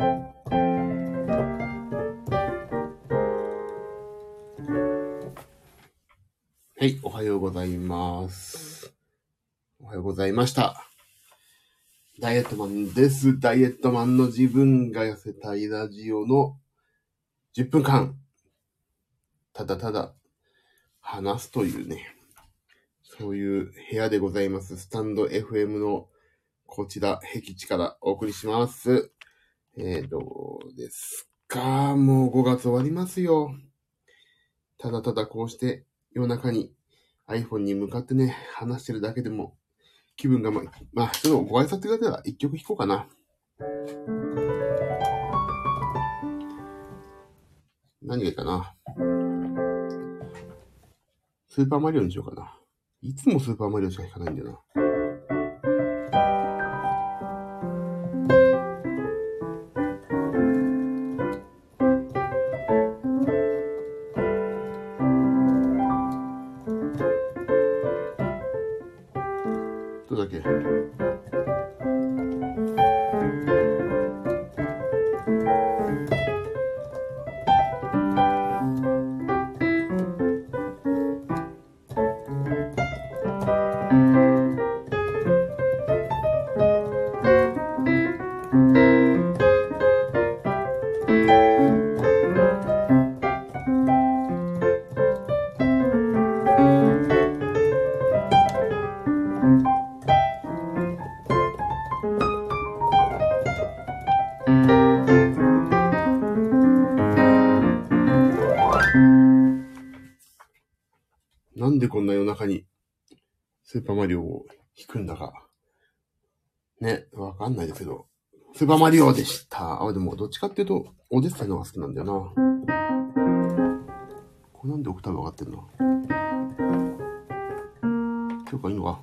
はい、おはようございます。おはようございました。ダイエットマンです。ダイエットマンの自分が痩せたいラジオの10分間、ただただ話すというね、そういう部屋でございます。スタンド FM のこちら、僻地からお送りします。どうですか？もう5月終わりますよ。ただただこうして夜中に iPhone に向かってね、話してるだけでも気分がちょっとご挨拶がてら一曲弾こうかな。何がいいかな。スーパーマリオにしようかな。いつもスーパーマリオしか弾かないんだよな。どうだっけ？なんでこんな夜中にスーパーマリオを弾くんだか。ね、わかんないですけど。スーパーマリオでした。でもどっちかっていうと、オデッセイの方が好きなんだよな。これなんでオクターブ上がってんの？今日かいいのか？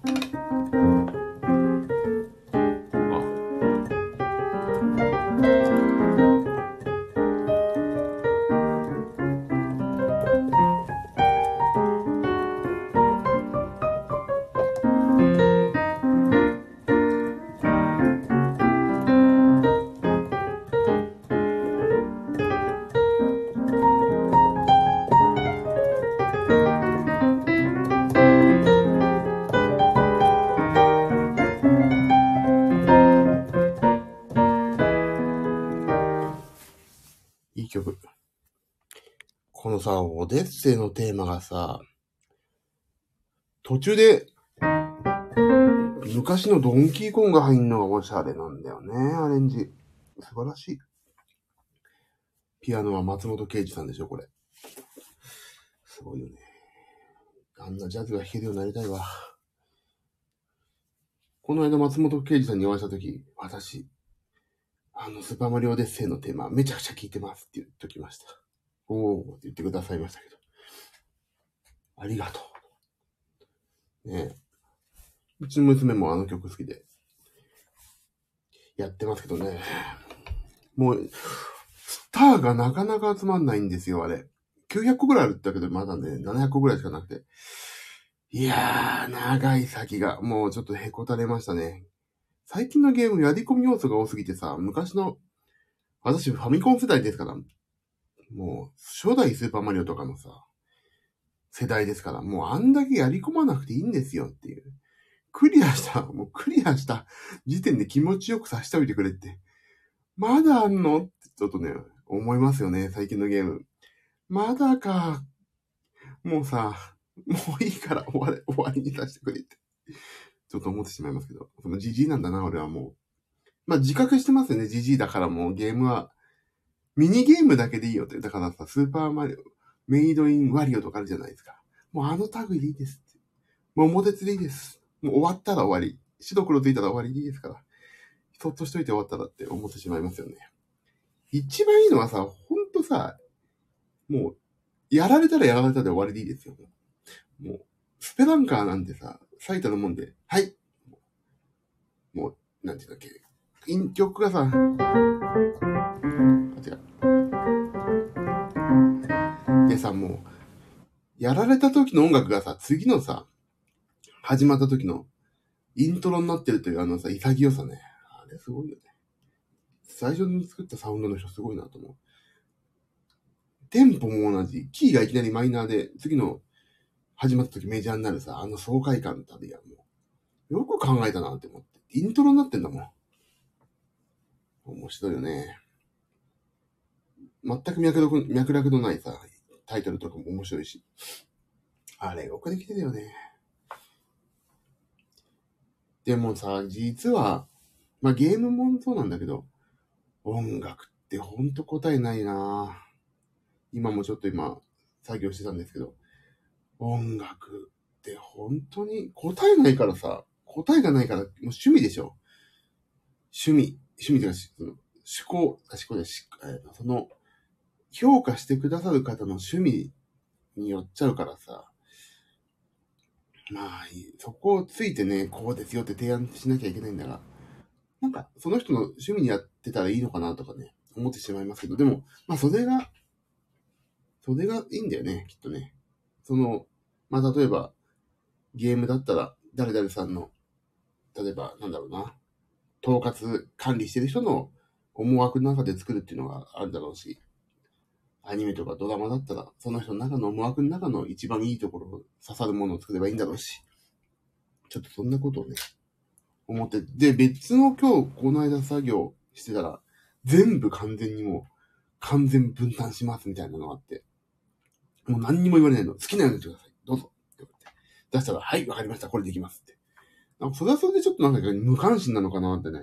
いい曲。このさ、オデッセイのテーマがさ、途中で昔のドンキーコンが入んのがおしゃれなんだよね、アレンジ。素晴らしい。ピアノは松本圭司さんでしょ、これ。すごいよね。あんなジャズが弾けるようになりたいわ。この間松本圭司さんにお会いしたとき、私、スーパーマリオオデッセイのテーマ、めちゃくちゃ聴いてますって言っときました。おーって言ってくださいましたけど。ありがとう。ねえ。うちの娘もあの曲好きで、やってますけどね。もう、スターがなかなか集まんないんですよ、あれ。900個ぐらいあるってだけど、まだね、700個ぐらいしかなくて。いやー、長い先が、もうちょっとへこたれましたね。最近のゲームやり込み要素が多すぎてさ、昔の、私ファミコン世代ですから、もう、初代スーパーマリオとかのさ、世代ですから、もうあんだけやり込まなくていいんですよっていう。クリアした時点で気持ちよくさせておいてくれって。まだあんのってちょっとね、思いますよね、最近のゲーム。まだか。もうさ、もういいから終わりにさせてくれって。ちょっと思ってしまいますけど。そのジジイなんだな、俺はもう。まあ自覚してますよね、ジジイだからもうゲームは、ミニゲームだけでいいよって。だからさ、スーパーマリオ、メイドインワリオとかあるじゃないですか。もうあの類でいいですって。もう桃鉄でいいです。もう終わったら終わり。白黒ついたら終わりでいいですから。そっとしといて終わったらって思ってしまいますよね。一番いいのはさ、ほんとさ、もう、やられたらやられたで終わりでいいですよ。もう、スペランカーなんてさ、最たるもんで、はい。もう、なんていうんだっけ。曲がさ、違う。でさ、もう、やられた時の音楽がさ、次のさ、始まった時のイントロになってるというさ、潔さね。あれすごいよね。 最初に作ったサウンドの人すごいなと思う。テンポも同じ。キーがいきなりマイナーで、次の始まった時メジャーになるさ、爽快感たるやもう。よく考えたなって思って。イントロになってんだもん。面白いよね。全く脈絡のないさ、タイトルとかも面白いし。あれ、よくできてるよね。でもさ、実は、まあ、ゲームもそうなんだけど、音楽ってほんと答えないな。今もちょっと作業してたんですけど、音楽って本当に答えないからさ、答えがないからもう趣味でしょ。趣味というか、思考で、その、評価してくださる方の趣味によっちゃうからさ、まあ、そこをついてね、こうですよって提案しなきゃいけないんだが、なんか、その人の趣味にやってたらいいのかなとかね、思ってしまいますけど、でも、まあ、それがいいんだよね、きっとね。まあ、例えば、ゲームだったら、誰々さんの、例えば、統括管理してる人の思惑の中で作るっていうのがあるだろうし、アニメとかドラマだったら、その人の中の思惑の中の一番いいところを刺さるものを作ればいいんだろうし、ちょっとそんなことをね、思って、で、別の今日、この間作業してたら、全部完全分担しますみたいなのがあって、もう何にも言われないの。好きなようにやってください。どうぞ。って言って出したら、はい、わかりました。これできますって。なんかそれはそれでちょっと無関心なのかなってね。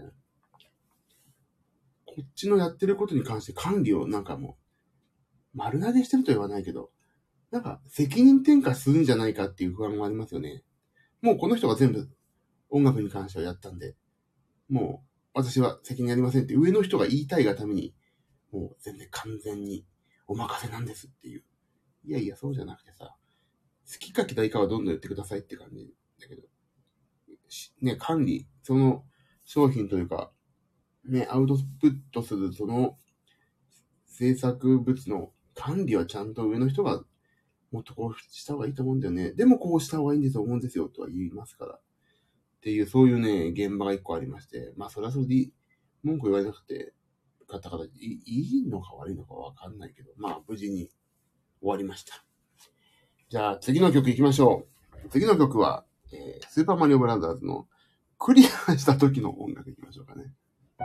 こっちのやってることに関して管理を丸投げしてるとは言わないけど、責任転嫁するんじゃないかっていう不安もありますよね。もうこの人が全部音楽に関してはやったんで、もう私は責任ありませんって上の人が言いたいがために、もう全然完全にお任せなんですっていう。いやいや、そうじゃなくてさ、好きか嫌いかはどんどん言ってくださいって感じだけど、ね、管理、その商品というか、ね、アウトプットするその制作物の管理はちゃんと上の人がもっとこうした方がいいと思うんだよね。でもこうした方がいいんですよ、思うんですよ、とは言いますから。っていう、そういうね、現場が一個ありまして、まあそれはそれで文句言われなくて、方々いいのか悪いのかわかんないけど、まあ無事に終わりました。じゃあ次の曲行きましょう。次の曲は、スーパーマリオブラザーズのクリアした時の音楽行きましょうかね。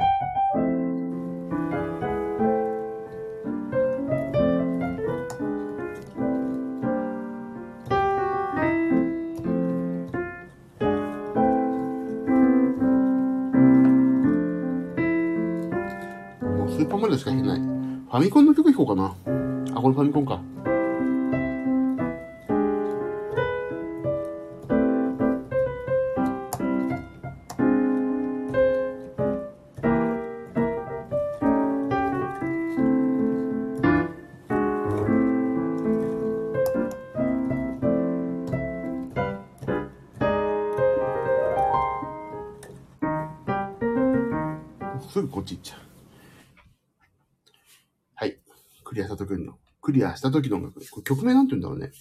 もうスーパーマリオしか弾けない。ファミコンの曲弾こうかな。あ、これファミコンか。すぐこっち行っちゃう。はい。クリアした時の音楽。これ曲名なんて言うんだろうね。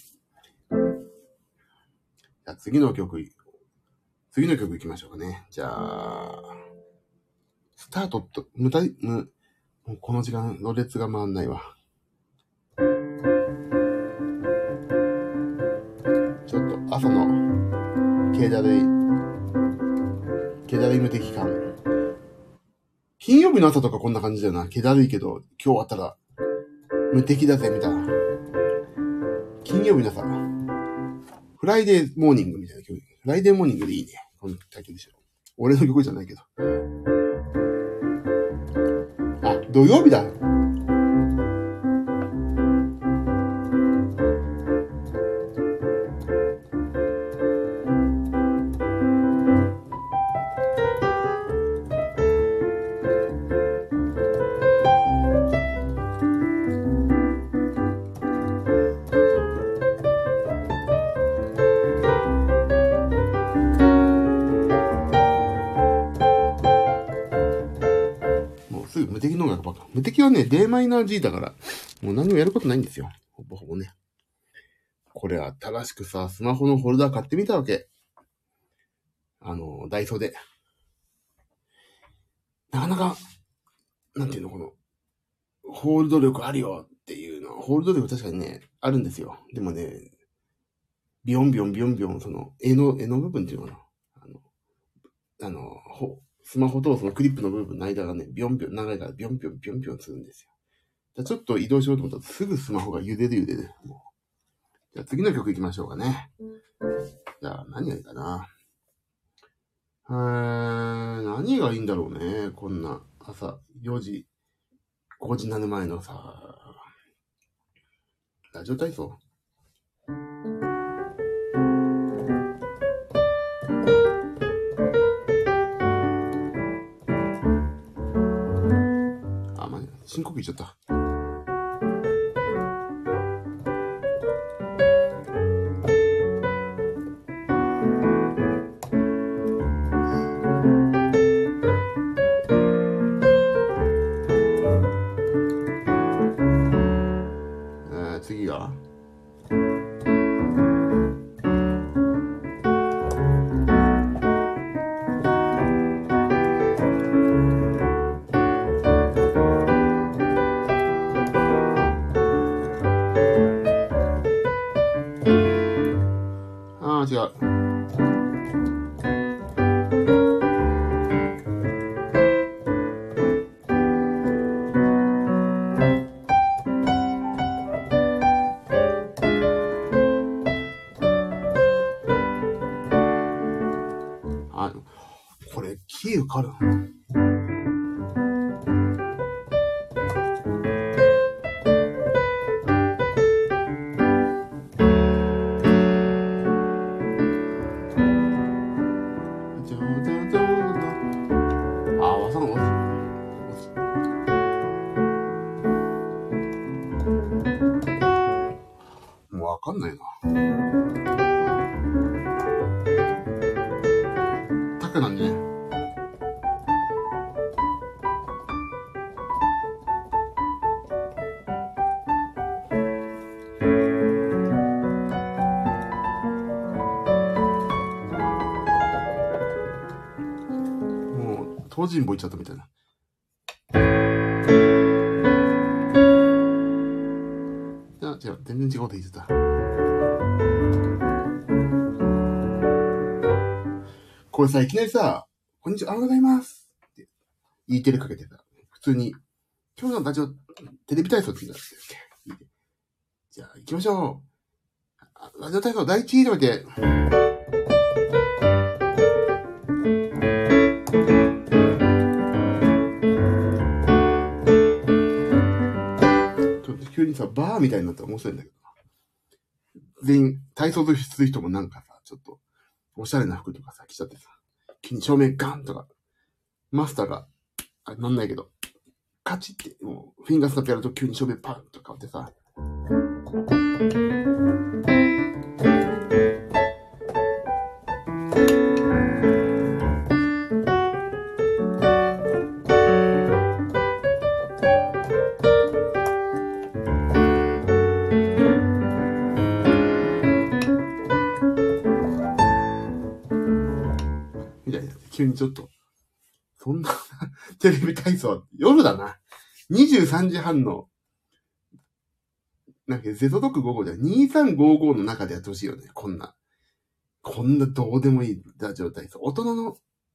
じゃあ次の曲行きましょうかね。じゃあ、スタートと、もうこの時間、ろれつが回んないわ。ちょっと朝の気だるい無敵感。金曜日の朝とかこんな感じだよな。気だるいけど、今日終わったら無敵だぜ、みたいな。金曜日の朝。フライデーモーニングみたいな曲。フライデーモーニングでいいね。このタイトルでしょ。俺の曲じゃないけど。あ、土曜日だ。無敵はね、D マイナー G だから、もう何もやることないんですよ。ほぼほぼね。これ新しくさ、スマホのホルダー買ってみたわけ。ダイソーで。なかホールド力あるよっていうの。ホールド力確かにね、あるんですよ。でもね、ビヨンビヨンビヨンビヨン、その、絵の部分っていうのかな。スマホとそのクリップの部分の間がね、ビヨンビヨン、長いからビヨンビヨンビヨンビヨンするんですよ。ちょっと移動しようと思ったらすぐスマホが茹でる。もうじゃあ次の曲行きましょうかね。じゃあ何がいいかな。何がいいんだろうね。こんな朝4時、5時になる前のさ、ラジオ体操。深呼吸しちゃった。次が違う。これ、キー受かるの？もうわかんないな。タクなんでね。もう、東尋坊行っちゃったみたいな。違う、全然違うこと言ってた。これさ、いきなりさ、こんにちは、おはようございますって、E テレかけてた。普通に、今日のラジオ、テレビ体操って言うんだっけ？じゃあ、行きましょう。ラジオ体操第一位とか言って、急にさ、バーみたいになって面白いんだけど。全員、体操する人もなんかさ、ちょっと、おしゃれな服とかさ、着ちゃってさ、急に照明ガンとか、マスターが、なんないけど、カチって、もう、フィンガースナップやると急に照明パンと変わってさ、みたいな。急にちょっと、そんな、テレビ体操、夜だな。23時半の、なんか、ゼトドック55じゃ2355の中でやってほしいよね。こんなどうでもいいラジオ体操。大人の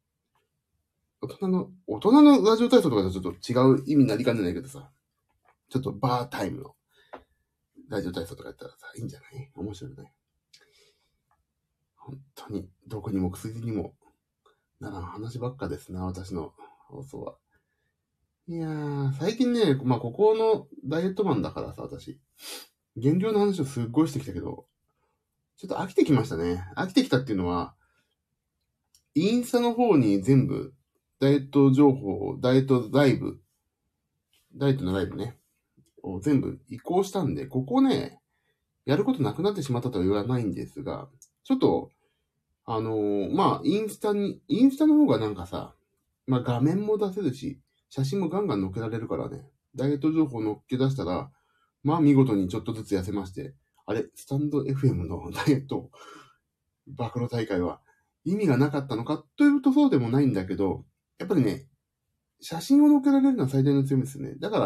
ラジオ体操とかとちょっと違う意味になりかねないけどさ、ちょっとバータイムのラジオ体操とかやったらさ、いいんじゃない？面白いね。本当に、どこにも薬にもならん話ばっかですな、私の放送は。いやー、最近ね、ここのダイエットマンだからさ、私、減量の話をすっごいしてきたけど、ちょっと飽きてきましたね。飽きてきたっていうのは、インスタの方に全部、ダイエット情報、ダイエットのライブね、を全部移行したんで、ここね、やることなくなってしまったとは言わないんですが、ちょっと、インスタの方がなんかさ、画面も出せるし、写真もガンガン載っけられるからね、ダイエット情報載っけ出したら、見事にちょっとずつ痩せまして、あれ、スタンド FM のダイエット暴露大会は意味がなかったのかというとそうでもないんだけど、やっぱりね、写真を載っけられるのは最大の強みですね。だから、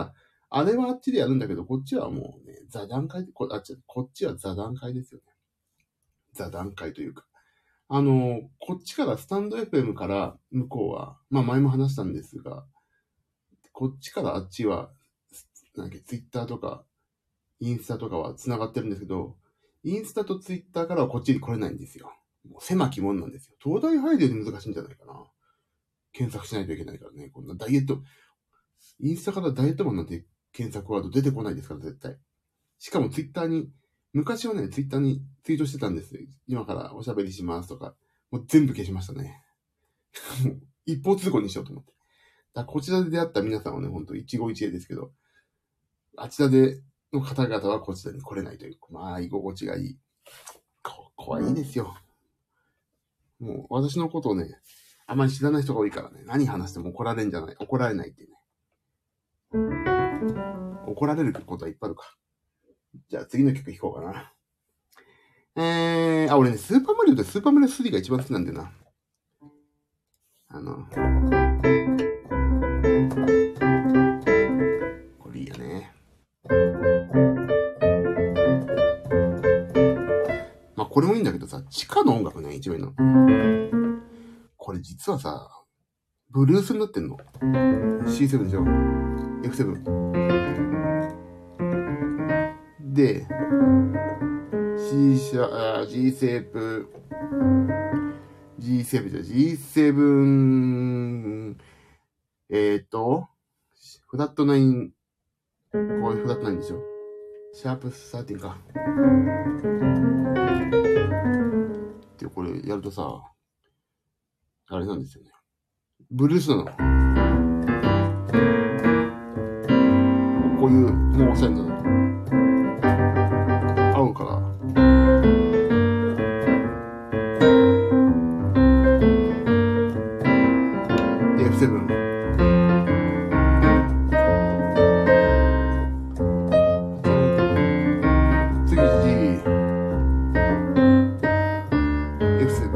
あれはあっちでやるんだけど、こっちはもうね、座談会で、こっちは座談会ですよね。座談会というか。こっちからスタンド FM から向こうは、まあ前も話したんですが、こっちからあっちは、なんだっけ、ツイッターとか、インスタとかは繋がってるんですけど、インスタとツイッターからはこっちに来れないんですよ。もう狭き門なんですよ。東大入るより難しいんじゃないかな。検索しないといけないからね。こんなダイエット、インスタからダイエットマンなんて検索ワード出てこないですから、絶対。しかもツイッターに、昔はね、ツイッターにツイートしてたんですよ。今からおしゃべりしますとか。もう全部消しましたね。一方通行にしようと思って。だこちらで出会った皆さんはね、ほんと一期一会ですけど、あちらでの方々はこちらに来れないという、まあ、居心地がいい。怖いですよ。もう、私のことをね、あまり知らない人が多いからね、何話しても怒られないっていうね。怒られることはいっぱいあるか。じゃあ次の曲弾こうかな。俺ね、スーパーマリオでスーパーマリオ3が一番好きなんだよな。これいいよね。まあこれもいいんだけどさ、地下の音楽ね、一番いいの。これ実はさ、ブルースになってんの。C7 でしょ ?F7。で、G シャ、G7、G7 じゃ、G7、フラット9、こういうフラット9でしょ。シャープ13か。で、これやるとさ、あれなんですよね。ブルースなの。こういう、もう押さえるの。合うから。で、F7。次 G。F7。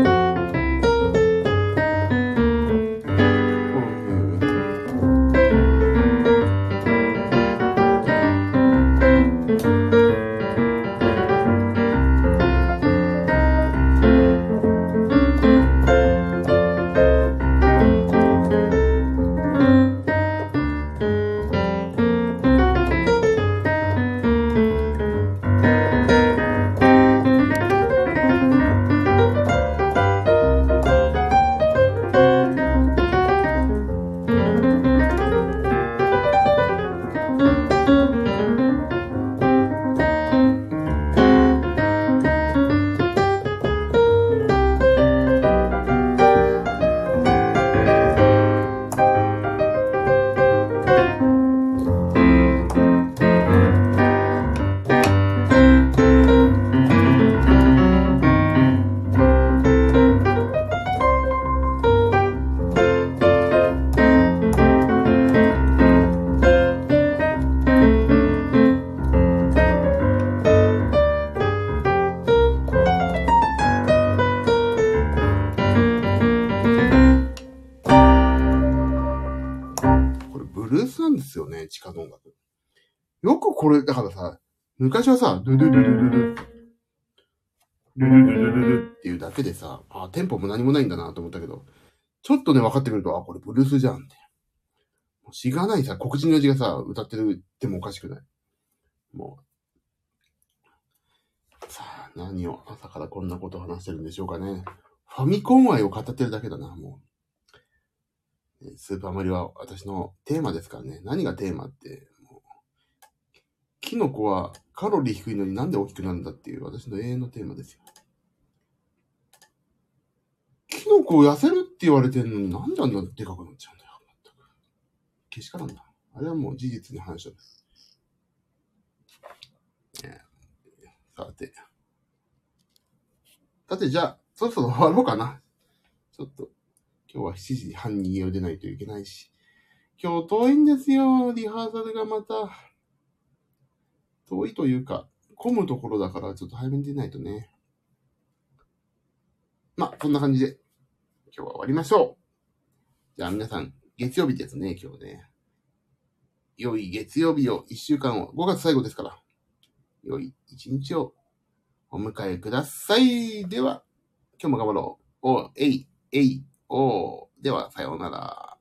ですよね、地下の音楽。よくこれ、だからさ、昔はさ、ドゥドゥドゥドゥドゥドゥ、ドゥドゥドゥドゥドゥっていうだけでさ、テンポも何もないんだなと思ったけど、ちょっとね、分かってくると、これブルースじゃんって。しがないさ、黒人の字がさ、歌ってるってもおかしくない。もう。さあ、何を朝からこんなことを話してるんでしょうかね。ファミコン愛を語ってるだけだな、もう。スーパーマリオは私のテーマですからね。何がテーマって、もうキノコはカロリー低いのになんで大きくなるんだっていう私の永遠のテーマですよ。キノコを痩せるって言われてるのになんであんなでかくなっちゃうんだよ。全く。けしからんだ。あれはもう事実に反射です。さてじゃあ、そろそろ終わろうかな。ちょっと、今日は7時半に家を出ないといけないし。今日遠いんですよ。リハーサルがまた。遠いというか、混むところだからちょっと早めに出ないとね。まあ、そんな感じで、今日は終わりましょう。じゃあ皆さん、月曜日ですね、今日ね。 良い月曜日を、1週間を、5月最後ですから、良い一日をお迎えください。では、今日も頑張ろう。お、えい、えい、お。では、さようなら。